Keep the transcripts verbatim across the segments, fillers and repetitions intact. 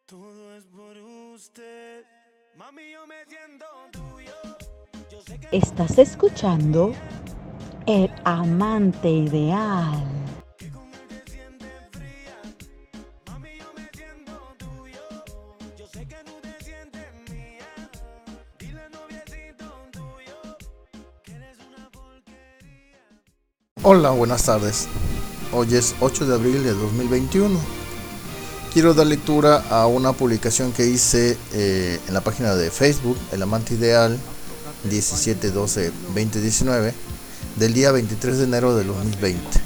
Todo es por usted, mami, yo me siento tuyo. Yo sé que Estás escuchando El Amante Ideal. que con él te sientes fría, mami, yo me siento tuyo. Yo sé que no te sientes mía. Dile noviecito tuyo que eres una porquería. Hola, buenas tardes. Hoy es ocho de abril de dos mil veintiuno. Quiero dar lectura a una publicación que hice eh, en la página de Facebook, El Amante Ideal, diecisiete doce veinte diecinueve, del día veintitrés de enero de dos mil veinte.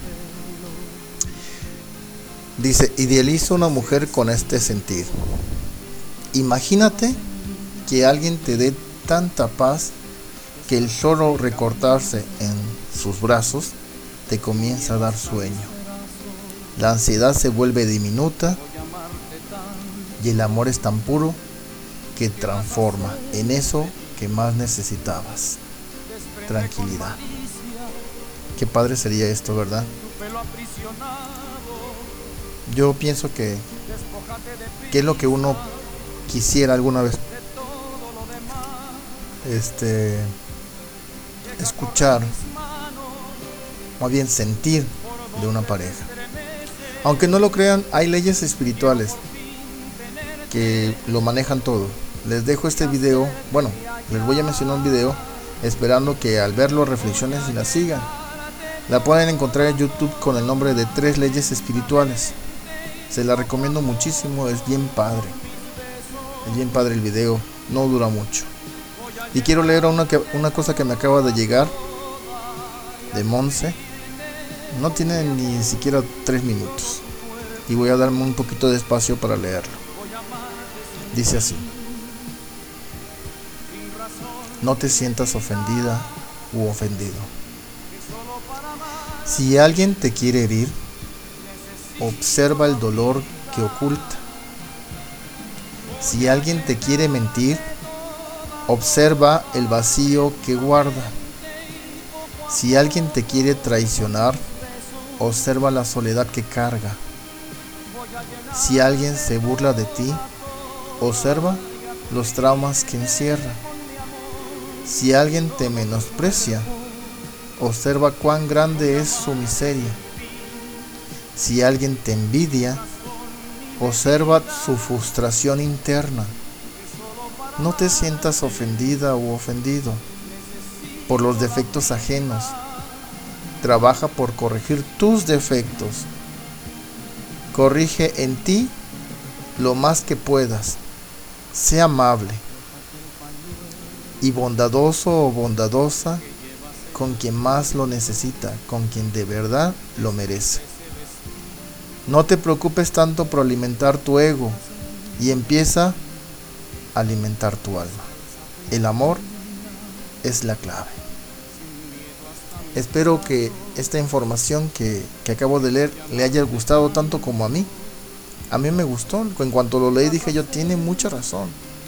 Dice: idealiza una mujer con este sentir. Imagínate que alguien te dé tanta paz que el solo recortarse en sus brazos te comienza a dar sueño. La ansiedad se vuelve diminuta y el amor es tan puro que transforma en eso que más necesitabas: tranquilidad. Qué padre sería esto, ¿verdad? Yo pienso que, que es lo que uno quisiera alguna vez este escuchar, más bien sentir de una pareja. Aunque no lo crean, hay leyes espirituales que lo manejan todo. Les dejo este video, bueno, les voy a mencionar un video esperando que al verlo reflexionen y la sigan. La pueden encontrar en YouTube con el nombre de Tres Leyes Espirituales. Se la recomiendo muchísimo, es bien padre. Es bien padre el video, no dura mucho. Y quiero leer una, que, una cosa que me acaba de llegar de Monse. No tiene ni siquiera tres minutos. Y voy a darme un poquito de espacio para leerlo. Dice así: no te sientas ofendida u ofendido. Si alguien te quiere herir, observa el dolor que oculta. Si alguien te quiere mentir, observa el vacío que guarda. Si alguien te quiere traicionar, observa la soledad que carga. Si alguien se burla de ti, observa los traumas que encierra. Si alguien te menosprecia, observa cuán grande es su miseria. Si alguien te envidia, observa su frustración interna. No te sientas ofendida u ofendido por los defectos ajenos. Trabaja por corregir tus defectos. Corrige en ti lo más que puedas. Sé amable y bondadoso o bondadosa con quien más lo necesita, con quien de verdad lo merece. No te preocupes tanto por alimentar tu ego y empieza a alimentar tu alma. El amor es la clave. Espero que esta información que, que acabo de leer le haya gustado tanto como a mí. A mí me gustó. En cuanto lo leí dije yo, tiene mucha razón.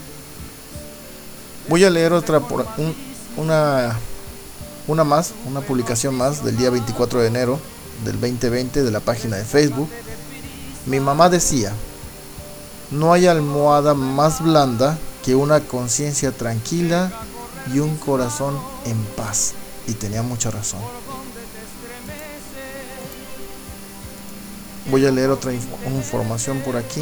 Voy a leer otra, por un, una, una más, una publicación más del día veinticuatro de enero del veinte veinte de la página de Facebook. Mi mamá decía: no hay almohada más blanda que una conciencia tranquila y un corazón en paz. Y tenía mucha razón. Voy a leer otra inf- información por aquí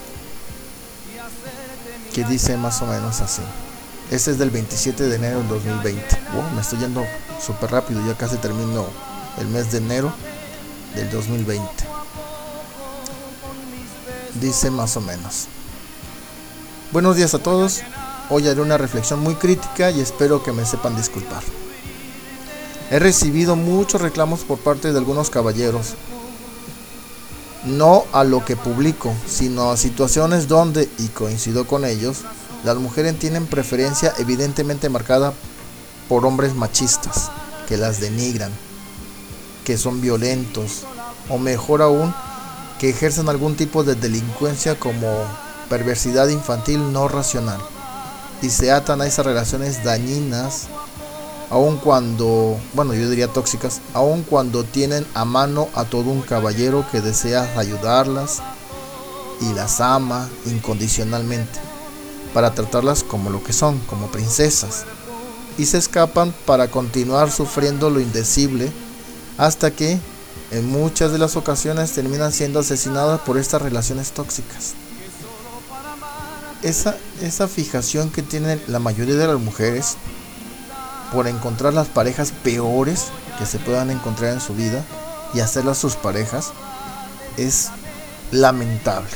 que dice más o menos así. Este es del veintisiete de enero del dos mil veinte. Wow, me estoy yendo súper rápido, ya casi termino el mes de enero del dos mil veinte. Dice más o menos: buenos días a todos. Hoy haré una reflexión muy crítica y espero que me sepan disculpar. He recibido muchos reclamos por parte de algunos caballeros, no a lo que publico, sino a situaciones donde, y coincido con ellos, las mujeres tienen preferencia evidentemente marcada por hombres machistas, que las denigran, que son violentos, o mejor aún, que ejercen algún tipo de delincuencia como perversidad infantil no racional, y se atan a esas relaciones dañinas, aun cuando, bueno, yo diría tóxicas, aun cuando tienen a mano a todo un caballero que desea ayudarlas y las ama incondicionalmente para tratarlas como lo que son, como princesas, y se escapan para continuar sufriendo lo indecible hasta que en muchas de las ocasiones terminan siendo asesinadas por estas relaciones tóxicas. Esa, esa fijación que tienen la mayoría de las mujeres por encontrar las parejas peores que se puedan encontrar en su vida y hacerlas sus parejas es lamentable.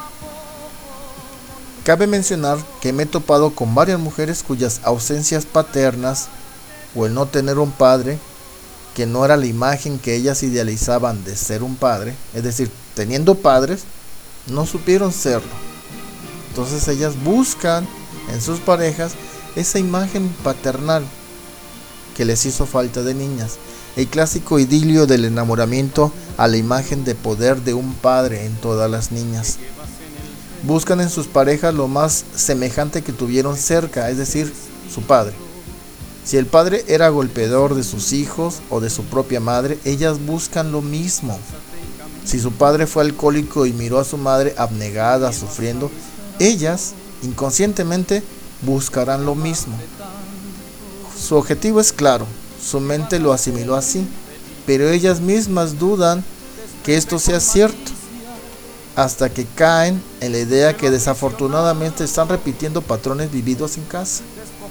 Cabe mencionar que me he topado con varias mujeres cuyas ausencias paternas o el no tener un padre que no era la imagen que ellas idealizaban de ser un padre, es decir, teniendo padres, no supieron serlo. Entonces ellas buscan en sus parejas esa imagen paternal que les hizo falta de niñas. El clásico idilio del enamoramiento a la imagen de poder de un padre en todas las niñas. Buscan en sus parejas lo más semejante que tuvieron cerca, es decir, su padre. Si el padre era golpeador de sus hijos o de su propia madre, ellas buscan lo mismo. Si su padre fue alcohólico y miró a su madre abnegada, sufriendo, ellas inconscientemente buscarán lo mismo. Su objetivo es claro, su mente lo asimiló así, pero ellas mismas dudan que esto sea cierto, hasta que caen en la idea que desafortunadamente están repitiendo patrones vividos en casa.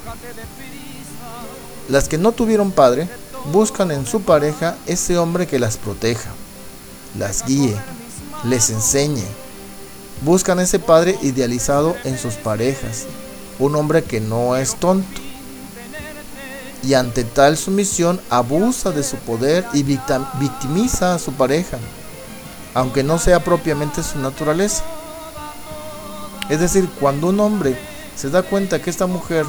Las que no tuvieron padre buscan en su pareja ese hombre que las proteja, las guíe, les enseñe. Buscan ese padre idealizado en sus parejas, un hombre que no es tonto. Y ante tal sumisión abusa de su poder y victimiza a su pareja, aunque no sea propiamente su naturaleza. Es decir, cuando un hombre se da cuenta que esta mujer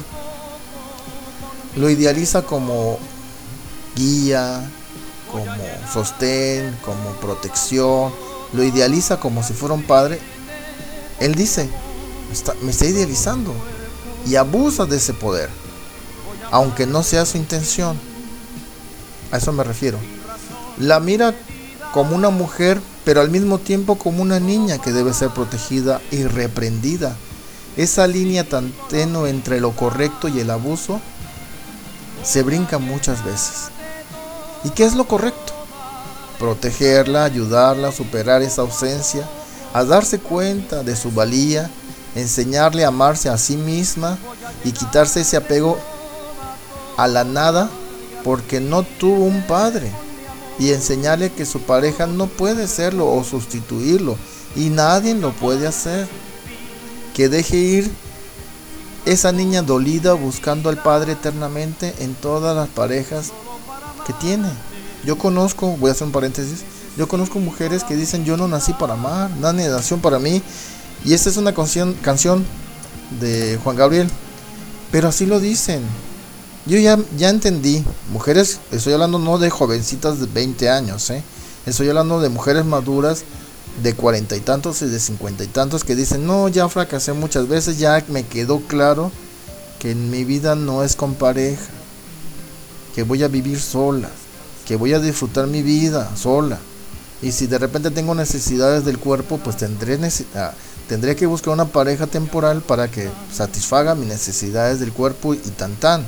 lo idealiza como guía, como sostén, como protección, lo idealiza como si fuera un padre, él dice, está, me está idealizando, y abusa de ese poder, aunque no sea su intención. A eso me refiero. La mira como una mujer, pero al mismo tiempo como una niña que debe ser protegida y reprendida. Esa línea tan tenue entre lo correcto y el abuso se brinca muchas veces. ¿Y qué es lo correcto? Protegerla, ayudarla a superar esa ausencia, a darse cuenta de su valía, enseñarle a amarse a sí misma y quitarse ese apego a la nada porque no tuvo un padre, y enseñarle que su pareja no puede serlo o sustituirlo y nadie lo puede hacer. Que deje ir esa niña dolida buscando al padre eternamente en todas las parejas que tiene. Yo conozco, voy a hacer un paréntesis, yo conozco mujeres que dicen yo no nací para amar, nadie nació para mí, y esta es una canción, canción de Juan Gabriel, pero así lo dicen. Yo ya, ya entendí, mujeres, estoy hablando no de jovencitas de veinte años, ¿eh? Estoy hablando de mujeres maduras de cuarenta y tantos y de cincuenta y tantos que dicen, no, ya fracasé muchas veces, ya me quedó claro que en mi vida no es con pareja, que voy a vivir sola, que voy a disfrutar mi vida sola, y si de repente tengo necesidades del cuerpo, pues tendré, necesidad, tendré que buscar una pareja temporal para que satisfaga mis necesidades del cuerpo y tan tan.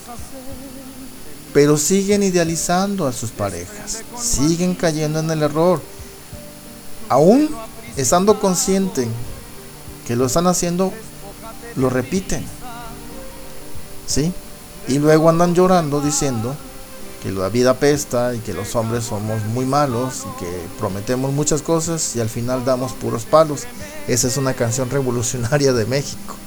Pero siguen idealizando a sus parejas, siguen cayendo en el error, aún estando conscientes que lo están haciendo, lo repiten, ¿sí? Y luego andan llorando diciendo que la vida apesta y que los hombres somos muy malos y que prometemos muchas cosas y al final damos puros palos. Esa es una canción revolucionaria de México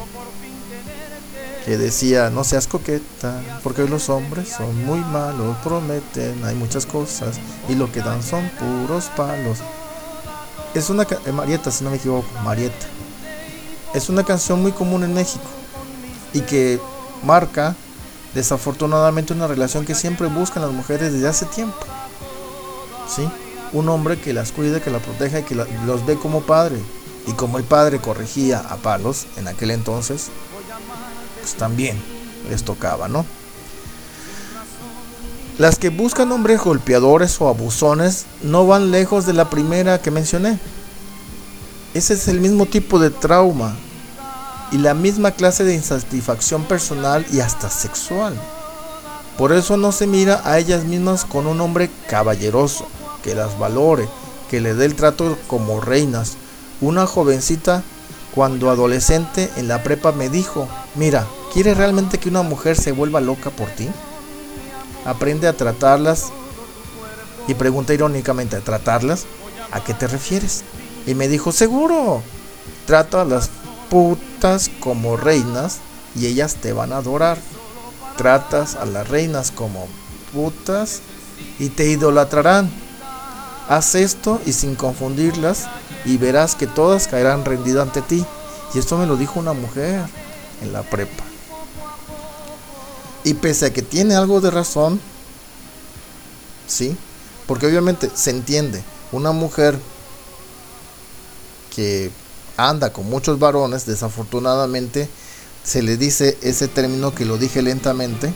que decía, no seas coqueta, porque hoy los hombres son muy malos, prometen, hay muchas cosas y lo que dan son puros palos. Es una eh, Marieta, si no me equivoco, Marieta. Es una canción muy común en México y que marca desafortunadamente una relación que siempre buscan las mujeres desde hace tiempo, ¿sí? Un hombre que las cuide, que las proteja y que la, los ve como padre. Y como el padre corregía a palos en aquel entonces, pues también les tocaba, ¿no? Las que buscan hombres golpeadores o abusones no van lejos de la primera que mencioné. Ese es el mismo tipo de trauma y la misma clase de insatisfacción personal y hasta sexual. Por eso no se mira a ellas mismas con un hombre caballeroso, que las valore, que le dé el trato como reinas. Una jovencita cuando adolescente en la prepa me dijo: mira, ¿quieres realmente que una mujer se vuelva loca por ti? Aprende a tratarlas. Y pregunta irónicamente: ¿a tratarlas? ¿A qué te refieres? Y me dijo: seguro, trata a las putas como reinas y ellas te van a adorar. Tratas a las reinas como putas y te idolatrarán. Haz esto y sin confundirlas y verás que todas caerán rendidas ante ti. Y esto me lo dijo una mujer en la prepa. Y pese a que tiene algo de razón, sí, porque obviamente se entiende, una mujer que anda con muchos varones, desafortunadamente se le dice ese término que lo dije lentamente,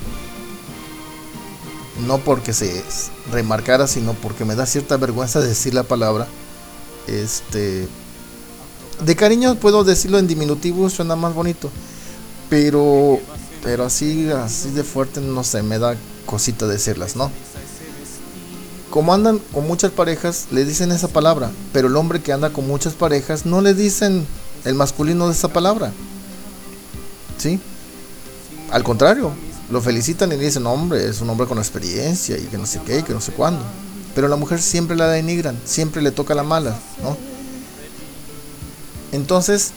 no porque se remarcara, sino porque me da cierta vergüenza decir la palabra. Este, de cariño puedo decirlo en diminutivo, suena más bonito, pero, pero así, así de fuerte, no sé, me da cosita decirlas, ¿no? Como andan con muchas parejas, le dicen esa palabra, pero el hombre que anda con muchas parejas no le dicen el masculino de esa palabra, ¿sí? Al contrario, lo felicitan y le dicen: hombre, es un hombre con experiencia y que no sé qué, y que no sé cuándo. Pero la mujer siempre la denigran, siempre le toca la mala, ¿no? Entonces,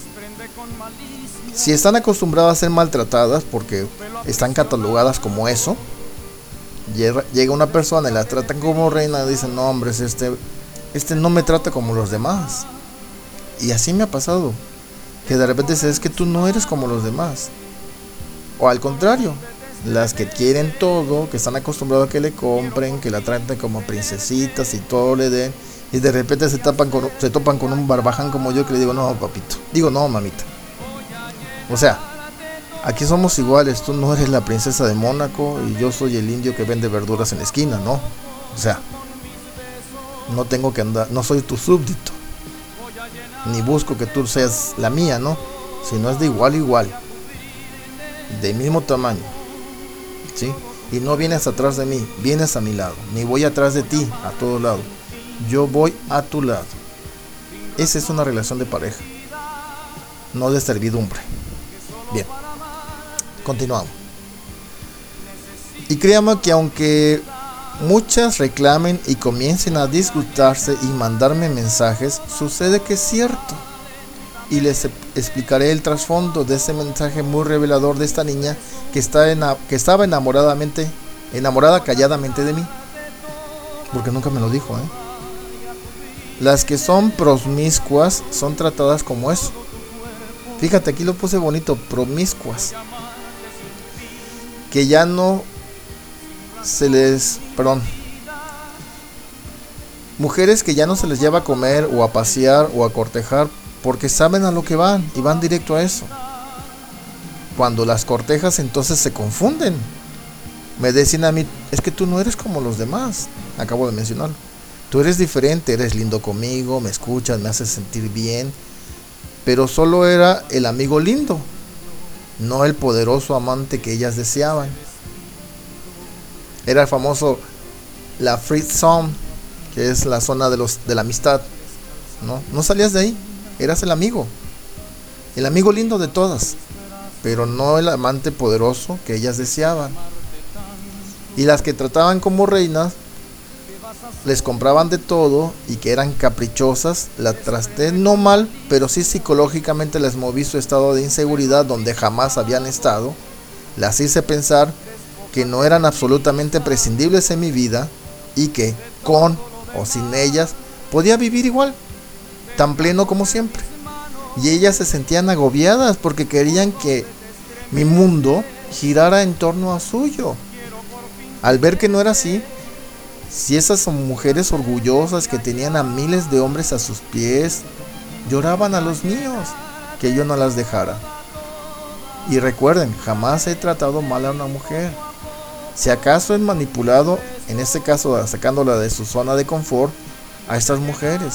si están acostumbradas a ser maltratadas porque están catalogadas como eso, llega una persona y la tratan como reina y dicen: no, hombre, este, este no me trata como los demás. Y así me ha pasado, que de repente dices: es que tú no eres como los demás. O al contrario, las que quieren todo, que están acostumbradas a que le compren, que la traten como princesitas y todo le den, y de repente se, tapan con, se topan con un barbaján como yo, que le digo: no, papito, digo: no, mamita. O sea, aquí somos iguales, tú no eres la princesa de Mónaco y yo soy el indio que vende verduras en la esquina, ¿no? O sea, no tengo que andar, no soy tu súbdito, ni busco que tú seas la mía, ¿no? Si no, es de igual a igual, de mismo tamaño, ¿sí? Y no vienes atrás de mí, vienes a mi lado, ni voy atrás de ti, a todo lado, yo voy a tu lado. Esa es una relación de pareja, no de servidumbre. Bien, continuamos. Y créanme que aunque muchas reclamen y comiencen a disgustarse y mandarme mensajes, sucede que es cierto. Y les explicaré el trasfondo de ese mensaje muy revelador de esta niña que, está en, que estaba enamoradamente, enamorada calladamente de mí. Porque nunca me lo dijo, ¿eh? Las que son promiscuas son tratadas como eso. Fíjate, aquí lo puse bonito, promiscuas. Que ya no se les... Perdón. Mujeres que ya no se les lleva a comer o a pasear o a cortejar porque saben a lo que van y van directo a eso. Cuando las cortejas, entonces se confunden. Me decían a mí: es que tú no eres como los demás. Acabo de mencionarlo. Tú eres diferente, eres lindo conmigo, me escuchas, me haces sentir bien. Pero solo era el amigo lindo, no el poderoso amante que ellas deseaban. Era el famoso, la free zone, que es la zona de, los, de la amistad, ¿no? No salías de ahí, eras el amigo, el amigo lindo de todas, pero no el amante poderoso que ellas deseaban. Y las que trataban como reinas, les compraban de todo y que eran caprichosas, la traté no mal, pero sí psicológicamente les moví su estado de inseguridad donde jamás habían estado. Las hice pensar que no eran absolutamente prescindibles en mi vida y que con o sin ellas podía vivir igual, tan pleno como siempre. Y ellas se sentían agobiadas porque querían que mi mundo girara en torno a suyo. Al ver que no era así, si esas son mujeres orgullosas que tenían a miles de hombres a sus pies, lloraban a los míos que yo no las dejara. Y recuerden, jamás he tratado mal a una mujer. Si acaso he manipulado, en este caso sacándola de su zona de confort, a estas mujeres,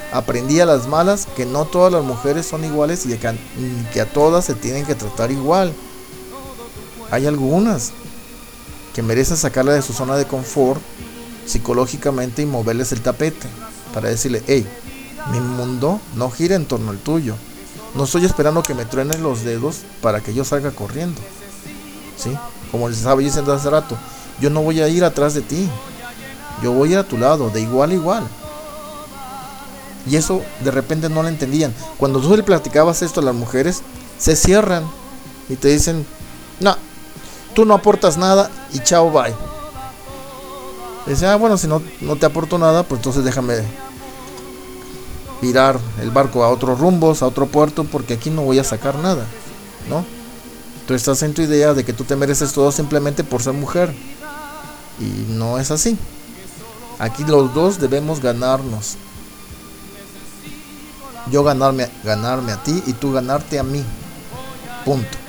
aprendí a las malas que no todas las mujeres son iguales y que a, que a todas se tienen que tratar igual. Hay algunas que merecen sacarla de su zona de confort psicológicamente y moverles el tapete para decirle: hey, mi mundo no gira en torno al tuyo. No estoy esperando que me truenen los dedos para que yo salga corriendo, ¿sí? Como les estaba diciendo hace rato, yo no voy a ir atrás de ti, yo voy a ir a tu lado, de igual a igual. Y eso de repente no lo entendían. Cuando tú le platicabas esto a las mujeres, se cierran y te dicen: no, tú no aportas nada y chao, bye. Dice: ah, bueno, si no, no te aporto nada, pues entonces déjame virar el barco a otros rumbos, a otro puerto, porque aquí no voy a sacar nada, ¿no? Tú estás en tu idea de que tú te mereces todo simplemente por ser mujer, y no es así. Aquí los dos debemos ganarnos. Yo ganarme, ganarme a ti y tú ganarte a mí. Punto.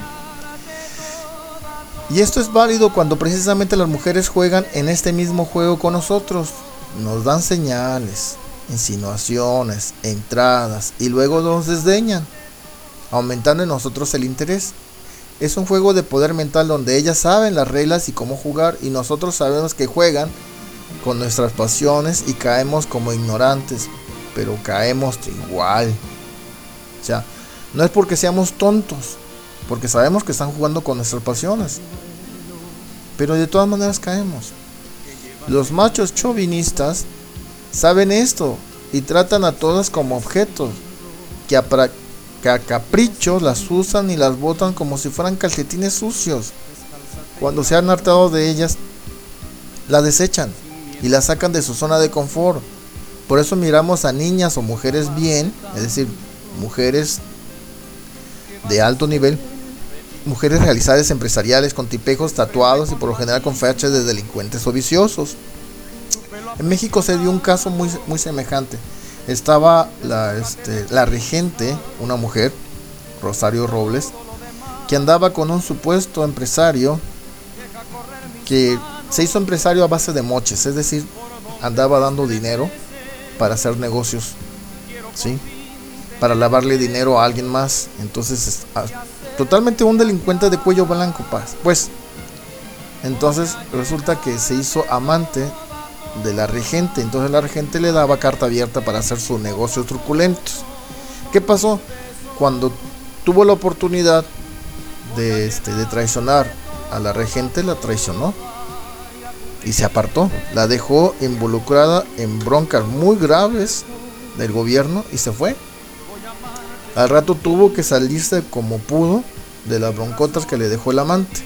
Y esto es válido cuando precisamente las mujeres juegan en este mismo juego con nosotros. Nos dan señales, insinuaciones, entradas y luego nos desdeñan, aumentando en nosotros el interés. Es un juego de poder mental donde ellas saben las reglas y cómo jugar, y nosotros sabemos que juegan con nuestras pasiones y caemos como ignorantes, pero caemos igual. O sea, no es porque seamos tontos, porque sabemos que están jugando con nuestras pasiones, pero de todas maneras caemos. Los machos chauvinistas saben esto y tratan a todas como objetos que a, pra- que a capricho las usan y las botan como si fueran calcetines sucios. Cuando se han hartado de ellas, las desechan y las sacan de su zona de confort. Por eso miramos a niñas o mujeres bien, es decir, mujeres de alto nivel, mujeres realizadas empresariales con tipejos tatuados y por lo general con fachas de delincuentes o viciosos. En México se dio un caso muy, muy semejante. Estaba la, este, la regente, una mujer, Rosario Robles, que andaba con un supuesto empresario que se hizo empresario a base de moches, es decir, andaba dando dinero para hacer negocios, ¿sí? Para lavarle dinero a alguien más. Entonces, a, totalmente un delincuente de cuello blanco, pues. Entonces, resulta que se hizo amante de la regente. Entonces la regente le daba carta abierta para hacer sus negocios truculentos. ¿Qué pasó? Cuando tuvo la oportunidad de, este, de traicionar a la regente, la traicionó y se apartó. La dejó involucrada en broncas muy graves del gobierno y se fue. Al rato tuvo que salirse como pudo de las broncotas que le dejó el amante,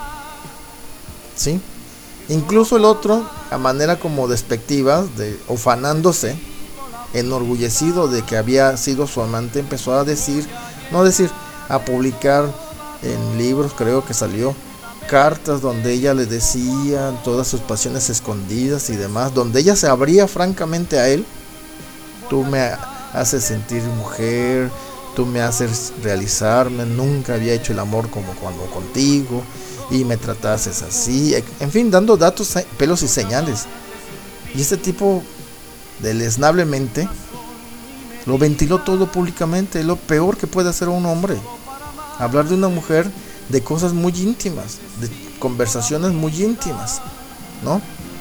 ¿sí? Incluso el otro, a manera como despectiva, de, ufanándose, enorgullecido de que había sido su amante, empezó a decir, no decir, a publicar en libros, creo que salió, cartas donde ella le decía todas sus pasiones escondidas y demás, donde ella se abría francamente a él. Tú me haces sentir mujer, tú me haces realizarme, nunca había hecho el amor como cuando contigo, y me tratases así, en fin, dando datos, pelos y señales. Y este tipo, deleznablemente, lo ventiló todo públicamente. Es lo peor que puede hacer un hombre, hablar de una mujer, de cosas muy íntimas, de conversaciones muy íntimas, ¿no?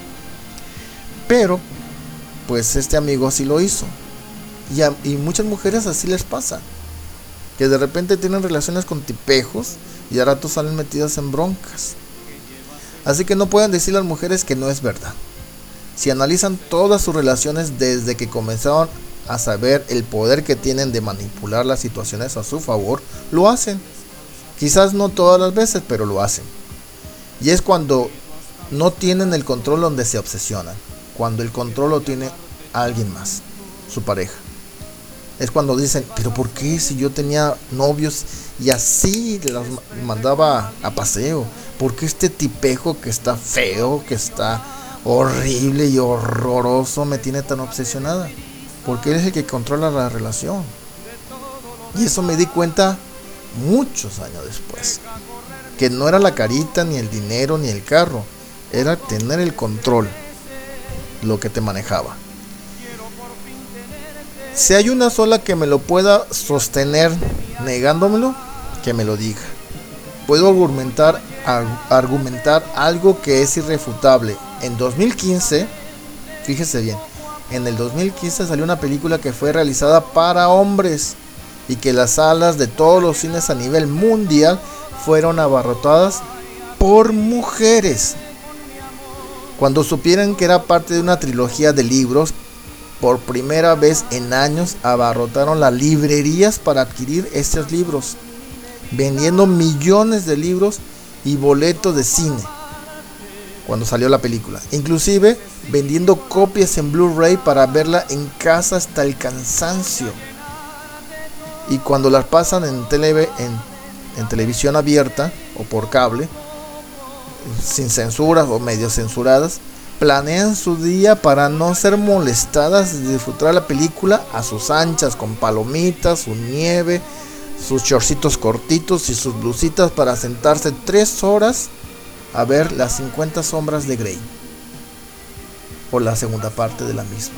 Pero, pues este amigo así lo hizo. Y, a, y muchas mujeres así les pasa, que de repente tienen relaciones con tipejos y a ratos salen metidas en broncas. Así que no pueden decir las mujeres que no es verdad. Si analizan todas sus relaciones desde que comenzaron a saber el poder que tienen de manipular las situaciones a su favor, lo hacen. Quizás no todas las veces, pero lo hacen. Y es cuando no tienen el control donde se obsesionan. Cuando el control lo tiene alguien más, su pareja. Es cuando dicen, pero ¿por qué si yo tenía novios y así los mandaba a paseo? ¿Por qué este tipejo que está feo, que está horrible y horroroso me tiene tan obsesionada? Porque él es el que controla la relación. Y eso me di cuenta muchos años después, que no era la carita, ni el dinero, ni el carro, era tener el control lo que te manejaba. Si hay una sola que me lo pueda sostener negándomelo, que me lo diga. Puedo argumentar, argumentar algo que es irrefutable. En dos mil quince, fíjese bien, en el dos mil quince salió una película que fue realizada para hombres y que las salas de todos los cines a nivel mundial fueron abarrotadas por mujeres. Cuando supieron que era parte de una trilogía de libros, por primera vez en años abarrotaron las librerías para adquirir estos libros, vendiendo millones de libros y boletos de cine cuando salió la película, inclusive vendiendo copias en Blu-ray para verla en casa hasta el cansancio. Y cuando las pasan en, tele, en, en televisión abierta o por cable, sin censuras o medio censuradas, planean su día para no ser molestadas y disfrutar la película a sus anchas, con palomitas, su nieve, sus shortcitos cortitos y sus blusitas, para sentarse tres horas a ver las cincuenta sombras de Grey o la segunda parte de la misma.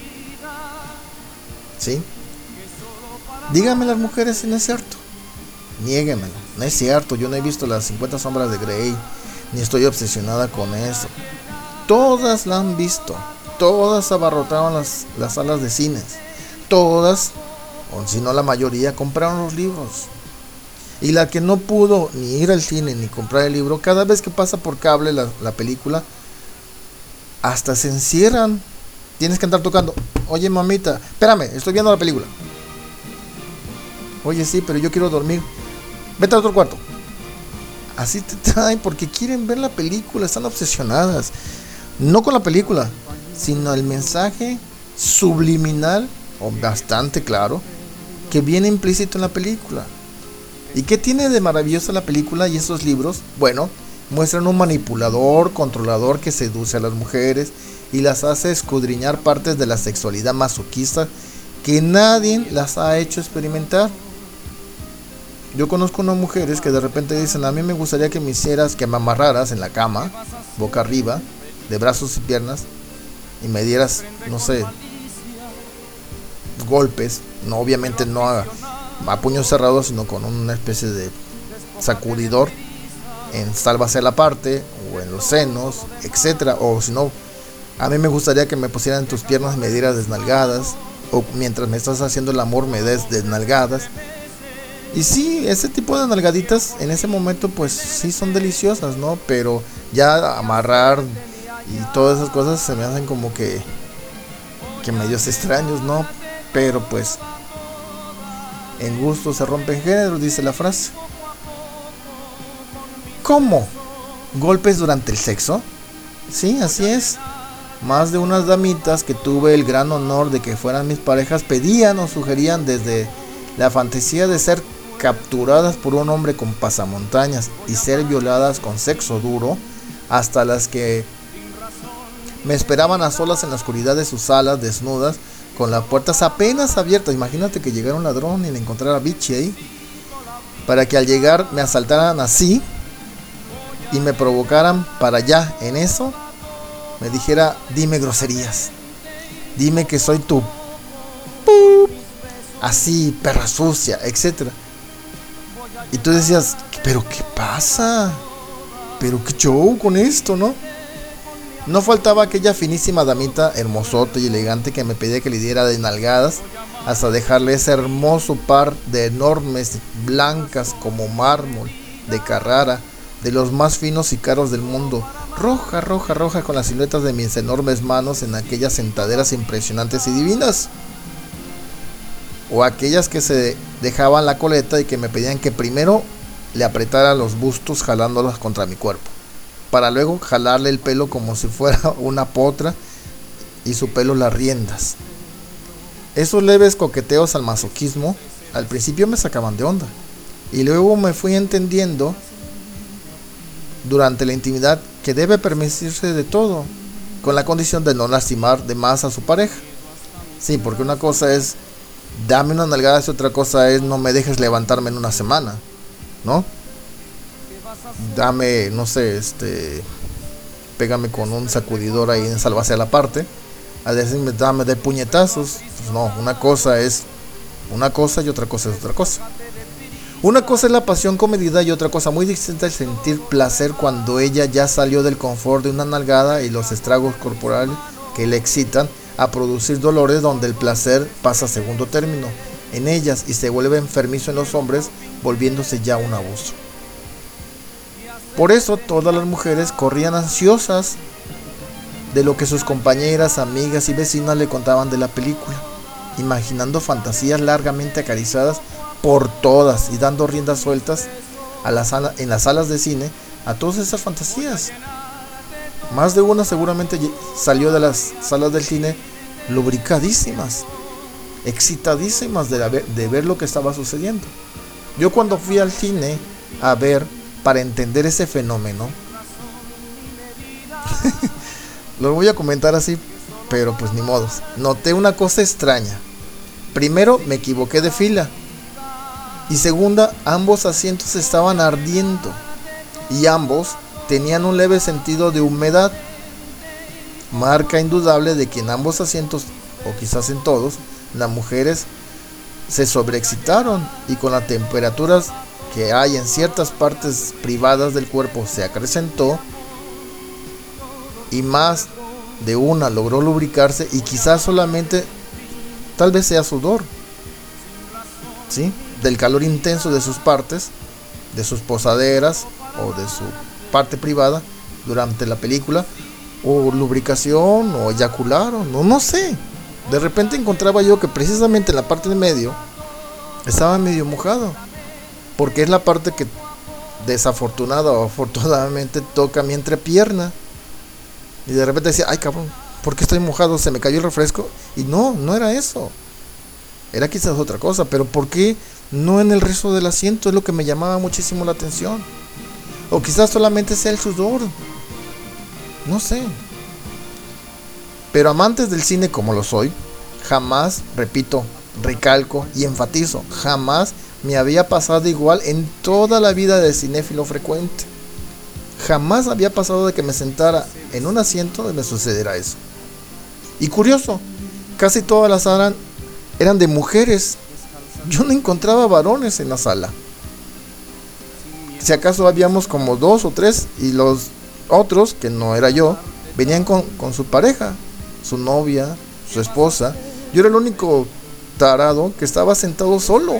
¿Sí? Díganme las mujeres si no es cierto. Niéguenmelo. No es cierto, yo no he visto las cincuenta sombras de Grey, ni estoy obsesionada con eso. Todas la han visto, todas abarrotaron las, las salas de cines, todas, o si no la mayoría, compraron los libros. Y la que no pudo ni ir al cine ni comprar el libro, cada vez que pasa por cable la, la película, hasta se encierran. Tienes que andar tocando. Oye, mamita, espérame, estoy viendo la película. Oye, sí, pero yo quiero dormir. Vete a otro cuarto. Así te traen porque quieren ver la película, están obsesionadas. No con la película, sino el mensaje subliminal, o bastante claro, que viene implícito en la película. ¿Y qué tiene de maravillosa la película y esos libros? Bueno, muestran un manipulador, controlador que seduce a las mujeres y las hace escudriñar partes de la sexualidad masoquista que nadie las ha hecho experimentar. Yo conozco unas mujeres que de repente dicen: a mí me gustaría que me hicieras, que me amarraras en la cama, boca arriba, de brazos y piernas, y me dieras, no sé, golpes, no, obviamente no a, a puños cerrados, sino con una especie de sacudidor en sálvase la parte, o en los senos, etcétera. O si no, a mí me gustaría que me pusieran en tus piernas y me dieras desnalgadas, o mientras me estás haciendo el amor me des desnalgadas. Y sí, ese tipo de nalgaditas en ese momento pues sí son deliciosas, ¿no? Pero ya amarrar y todas esas cosas se me hacen como que que medios extraños, ¿no? Pero pues en gusto se rompen géneros, dice la frase. ¿Cómo? ¿Golpes durante el sexo? Sí, así es. Más de unas damitas que tuve el gran honor de que fueran mis parejas pedían o sugerían desde la fantasía de ser capturadas por un hombre con pasamontañas y ser violadas con sexo duro, hasta las que me esperaban a solas en la oscuridad de sus salas, desnudas, con las puertas apenas abiertas. Imagínate que llegara un ladrón y le encontrara bichi ahí, para que al llegar me asaltaran así y me provocaran para allá. En eso me dijera: dime groserías, dime que soy tu ¡pup! Así, perra sucia, etcétera. Y tú decías: pero qué pasa, pero qué show con esto, ¿no? No faltaba aquella finísima damita hermosota y elegante que me pedía que le diera de nalgadas hasta dejarle ese hermoso par de enormes, blancas como mármol, de Carrara, de los más finos y caros del mundo, roja, roja, roja, con las siluetas de mis enormes manos en aquellas sentaderas impresionantes y divinas. O aquellas que se dejaban la coleta y que me pedían que primero le apretara los bustos jalándolas contra mi cuerpo, para luego jalarle el pelo como si fuera una potra y su pelo las riendas. Esos leves coqueteos al masoquismo al principio me sacaban de onda, y luego me fui entendiendo durante la intimidad que debe permitirse de todo, con la condición de no lastimar de más a su pareja. Sí, porque una cosa es dame una nalgada y otra cosa es no me dejes levantarme en una semana, ¿no? Dame, no sé, este, pégame con un sacudidor ahí en sálvase a la parte, a decirme dame de puñetazos. Pues no, una cosa es una cosa y otra cosa es otra cosa. Una cosa es la pasión comedida y otra cosa muy distinta es sentir placer cuando ella ya salió del confort de una nalgada y los estragos corporales que le excitan a producir dolores donde el placer pasa a segundo término en ellas y se vuelve enfermizo en los hombres, volviéndose ya un abuso. Por eso todas las mujeres corrían ansiosas de lo que sus compañeras, amigas y vecinas le contaban de la película, imaginando fantasías largamente acariciadas por todas y dando riendas sueltas a la sala, en las salas de cine a todas esas fantasías. Más de una seguramente salió de las salas del cine lubricadísimas, excitadísimas de, la, de ver lo que estaba sucediendo. Yo cuando fui al cine a ver para entender ese fenómeno, lo voy a comentar así, pero pues ni modos, noté una cosa extraña. Primero, me equivoqué de fila. Y segunda, ambos asientos estaban ardiendo. Y ambos tenían un leve sentido de humedad. Marca indudable de que en ambos asientos, o quizás en todos, las mujeres se sobreexcitaron. Y con las temperaturas que hay en ciertas partes privadas del cuerpo se acrecentó. Y más de una logró lubricarse. Y quizás solamente, tal vez sea sudor, ¿sí?, del calor intenso de sus partes, de sus posaderas o de su parte privada durante la película, o lubricación o eyacularon, no, no sé. De repente encontraba yo que precisamente en la parte de medio estaba medio mojado, porque es la parte que desafortunada o afortunadamente toca mi entrepierna. Y de repente decía, ay cabrón, ¿por qué estoy mojado? ¿Se me cayó el refresco? Y no, no era eso. Era quizás otra cosa, pero ¿por qué no en el resto del asiento? Es lo que me llamaba muchísimo la atención. O quizás solamente sea el sudor. No sé. Pero amantes del cine como lo soy, jamás, repito, recalco y enfatizo, jamás me había pasado igual en toda la vida de cinéfilo frecuente. Jamás había pasado de que me sentara en un asiento y me sucediera eso. Y curioso, casi todas las salas eran de mujeres. Yo no encontraba varones en la sala. Si acaso habíamos como dos o tres, y los otros, que no era yo, venían con, con su pareja, su novia, su esposa. Yo era el único tarado que estaba sentado solo.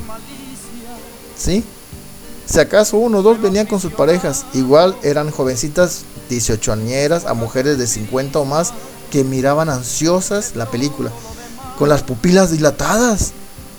¿Sí? Si acaso uno o dos venían con sus parejas, igual eran jovencitas dieciochoañeras a mujeres de cincuenta o más que miraban ansiosas la película, con las pupilas dilatadas.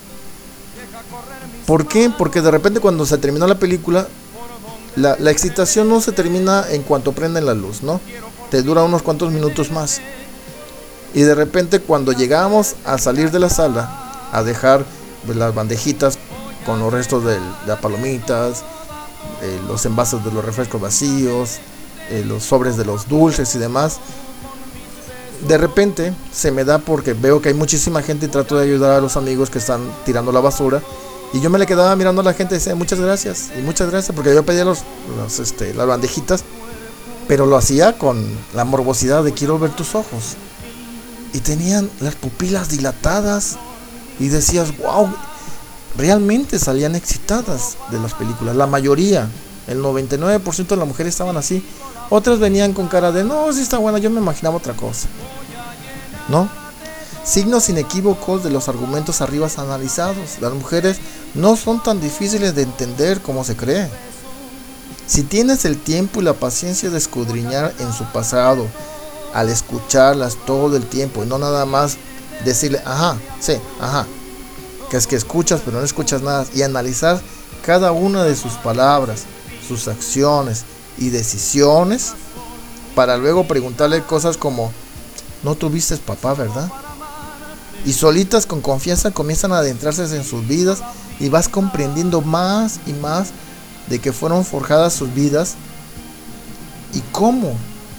¿Por qué? Porque de repente cuando se terminó la película, la, la excitación no se termina en cuanto prenden la luz, ¿no? Te dura unos cuantos minutos más. Y de repente cuando llegamos a salir de la sala, a dejar pues, las bandejitas con los restos de, de las palomitas, eh, los envases de los refrescos vacíos, eh, los sobres de los dulces y demás, de repente se me da porque veo que hay muchísima gente y trato de ayudar a los amigos que están tirando la basura. Y yo me le quedaba mirando a la gente y decía muchas gracias, y muchas gracias, porque yo pedía los, los, este, las bandejitas, pero lo hacía con la morbosidad de quiero ver tus ojos. Y tenían las pupilas dilatadas y decías, wow, realmente salían excitadas de las películas. La mayoría, el noventa y nueve por ciento de las mujeres estaban así. Otras venían con cara de, no, sí está buena, yo me imaginaba otra cosa, ¿no? Signos inequívocos de los argumentos arriba analizados. Las mujeres no son tan difíciles de entender como se cree. Si tienes el tiempo y la paciencia de escudriñar en su pasado, al escucharlas todo el tiempo y no nada más decirle, ajá, sí, ajá, que es que escuchas pero no escuchas nada, y analizar cada una de sus palabras, sus acciones y decisiones, para luego preguntarle cosas como, no tuviste papá, ¿verdad? Y solitas con confianza comienzan a adentrarse en sus vidas y vas comprendiendo más y más de que fueron forjadas sus vidas y cómo,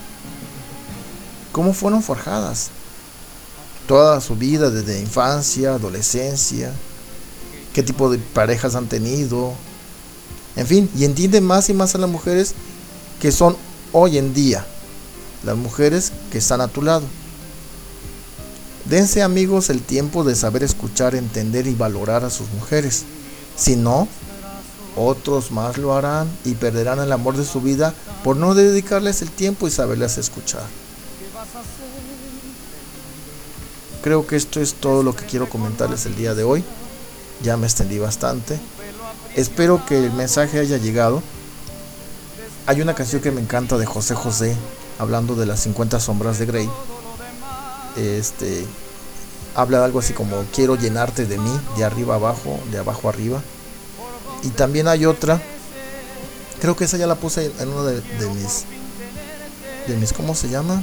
cómo fueron forjadas toda su vida desde infancia, adolescencia, qué tipo de parejas han tenido, en fin, y entiende más y más a las mujeres que son hoy en día las mujeres que están a tu lado. Dense, amigos, el tiempo de saber escuchar, entender y valorar a sus mujeres. Si no, otros más lo harán y perderán el amor de su vida por no dedicarles el tiempo y saberles escuchar. Creo que esto es todo lo que quiero comentarles el día de hoy. Ya me extendí bastante. Espero que el mensaje haya llegado. Hay una canción que me encanta de José José, hablando de las cincuenta sombras de Grey. Este habla de algo así como quiero llenarte de mí, de arriba abajo, de abajo arriba. Y también hay otra, creo que esa ya la puse en una de, de mis de mis ¿cómo se llama?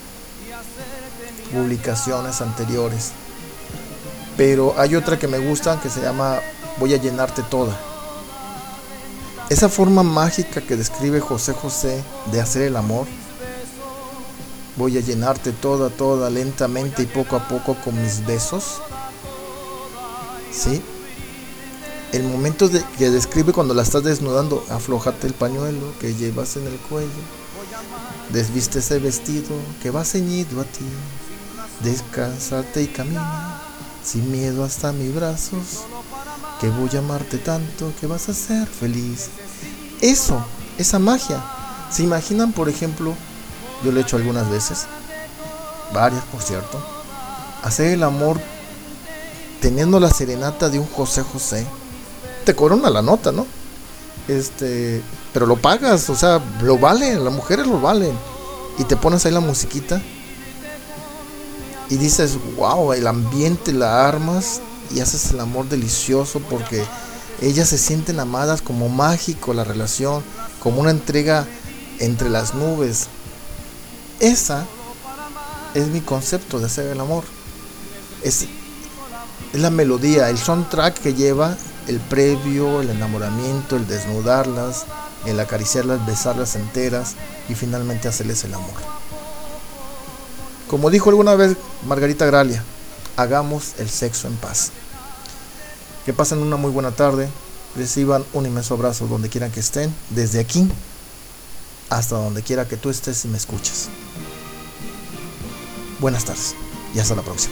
publicaciones anteriores. Pero hay otra que me gusta que se llama Voy a llenarte toda. Esa forma mágica que describe José José de hacer el amor. Voy a llenarte toda, toda, lentamente y poco a poco con mis besos. ¿Sí? El momento de, que describe cuando la estás desnudando. Aflójate el pañuelo que llevas en el cuello. Desviste ese vestido que va ceñido a ti. Descánsate y camina sin miedo hasta mis brazos, que voy a amarte tanto que vas a ser feliz. Eso, esa magia. ¿Se imaginan, por ejemplo? Yo lo he hecho algunas veces, varias por cierto, hacer el amor teniendo la serenata de un José José. Te corona la nota, ¿no? Este, pero lo pagas, o sea, lo valen, las mujeres lo valen. Y te pones ahí la musiquita y dices, wow, el ambiente la armas y haces el amor delicioso porque ellas se sienten amadas, como mágico la relación, como una entrega entre las nubes. Esa es mi concepto de hacer el amor. Es, es la melodía, el soundtrack que lleva el previo, el enamoramiento, el desnudarlas, el acariciarlas, besarlas enteras y finalmente hacerles el amor. Como dijo alguna vez Margarita Gralia, hagamos el sexo en paz. Que pasen una muy buena tarde, reciban un inmenso abrazo donde quieran que estén, desde aquí hasta donde quiera que tú estés y me escuches. Buenas tardes y hasta la próxima.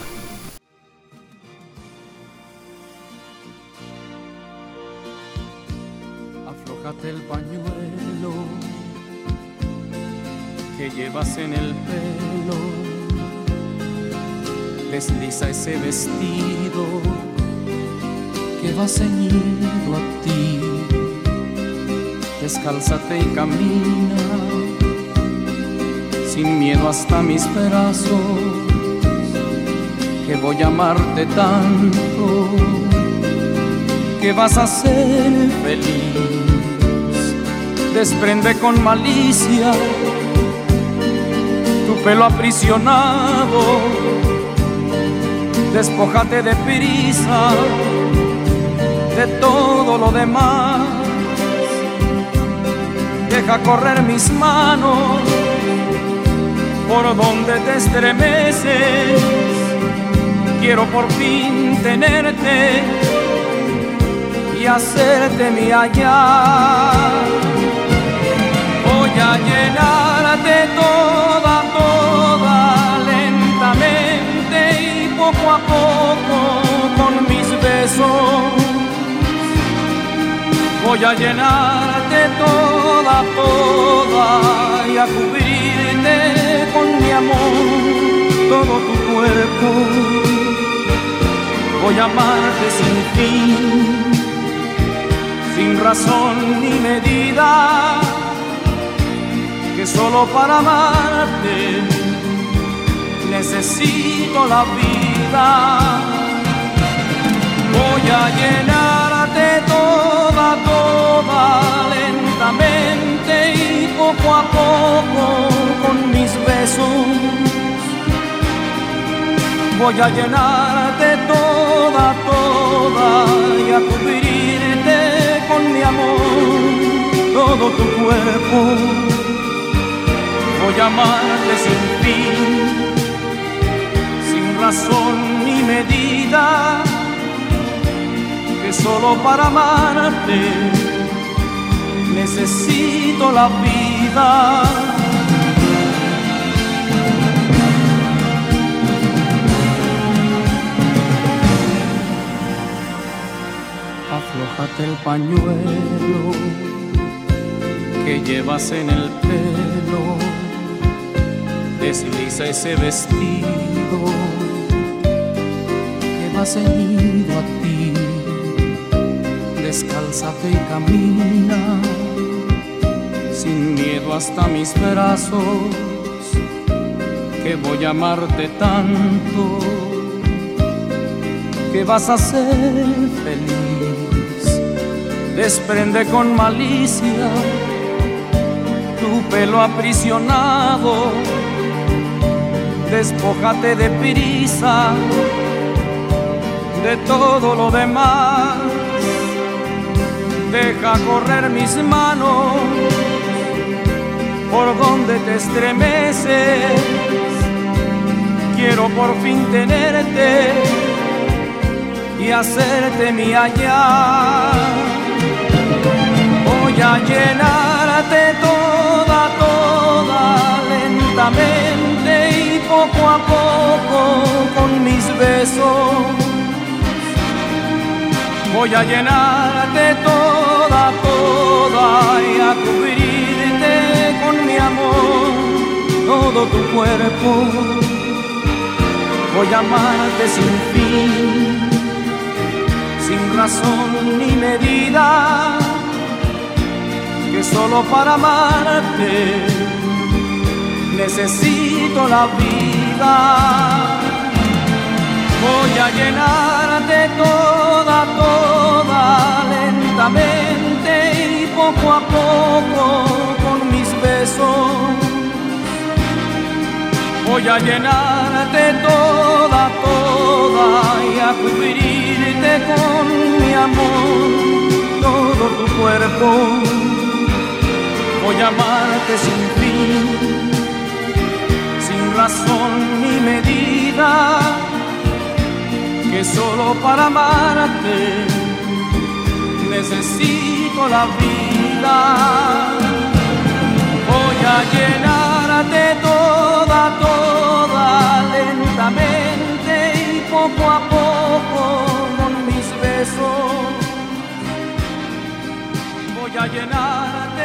Aflójate el pañuelo que llevas en el pelo. Desliza ese vestido que va ceñido a ti. Descálzate y camina sin miedo hasta mis brazos, que voy a amarte tanto que vas a ser feliz. Desprende con malicia tu pelo aprisionado. Despójate de prisa de todo lo demás. Deja correr mis manos por donde te estremeces. Quiero por fin tenerte y hacerte mía ya. Voy a llenarte toda, toda, lentamente y poco a poco con mis besos. Voy a llenarte toda, toda y a cubrirte con mi amor todo tu cuerpo. Voy a amarte sin fin, sin razón ni medida, que solo para amarte necesito la vida. Voy a llenarte toda, toda, lentamente y poco a poco con mis besos. Voy a llenarte toda, toda y a cubrirte con mi amor todo tu cuerpo. Voy a amarte sin fin, sin razón ni medida, que solo para amarte necesito la vida. Suelta el pañuelo que llevas en el pelo, desliza ese vestido que va ceñido a ti. Descálzate y camina sin miedo hasta mis brazos, que voy a amarte tanto que vas a ser feliz. Desprende con malicia tu pelo aprisionado, despójate de prisa de todo lo demás. Deja correr mis manos por donde te estremeces. Quiero por fin tenerte y hacerte mía ya. Voy a llenarte toda, toda, lentamente y poco a poco con mis besos. Voy a llenarte toda, toda y a cubrirte con mi amor todo tu cuerpo. Voy a amarte sin fin, sin razón ni medida, que solo para amarte necesito la vida. Voy a llenarte toda, toda, lentamente y poco a poco con mis besos. Voy a llenarte toda, toda y a cubrirte con mi amor todo tu cuerpo. Voy a amarte sin fin, sin razón ni medida, que solo para amarte necesito la vida. Voy a llenarte toda, toda, lentamente y poco a poco con mis besos. Voy a llenarte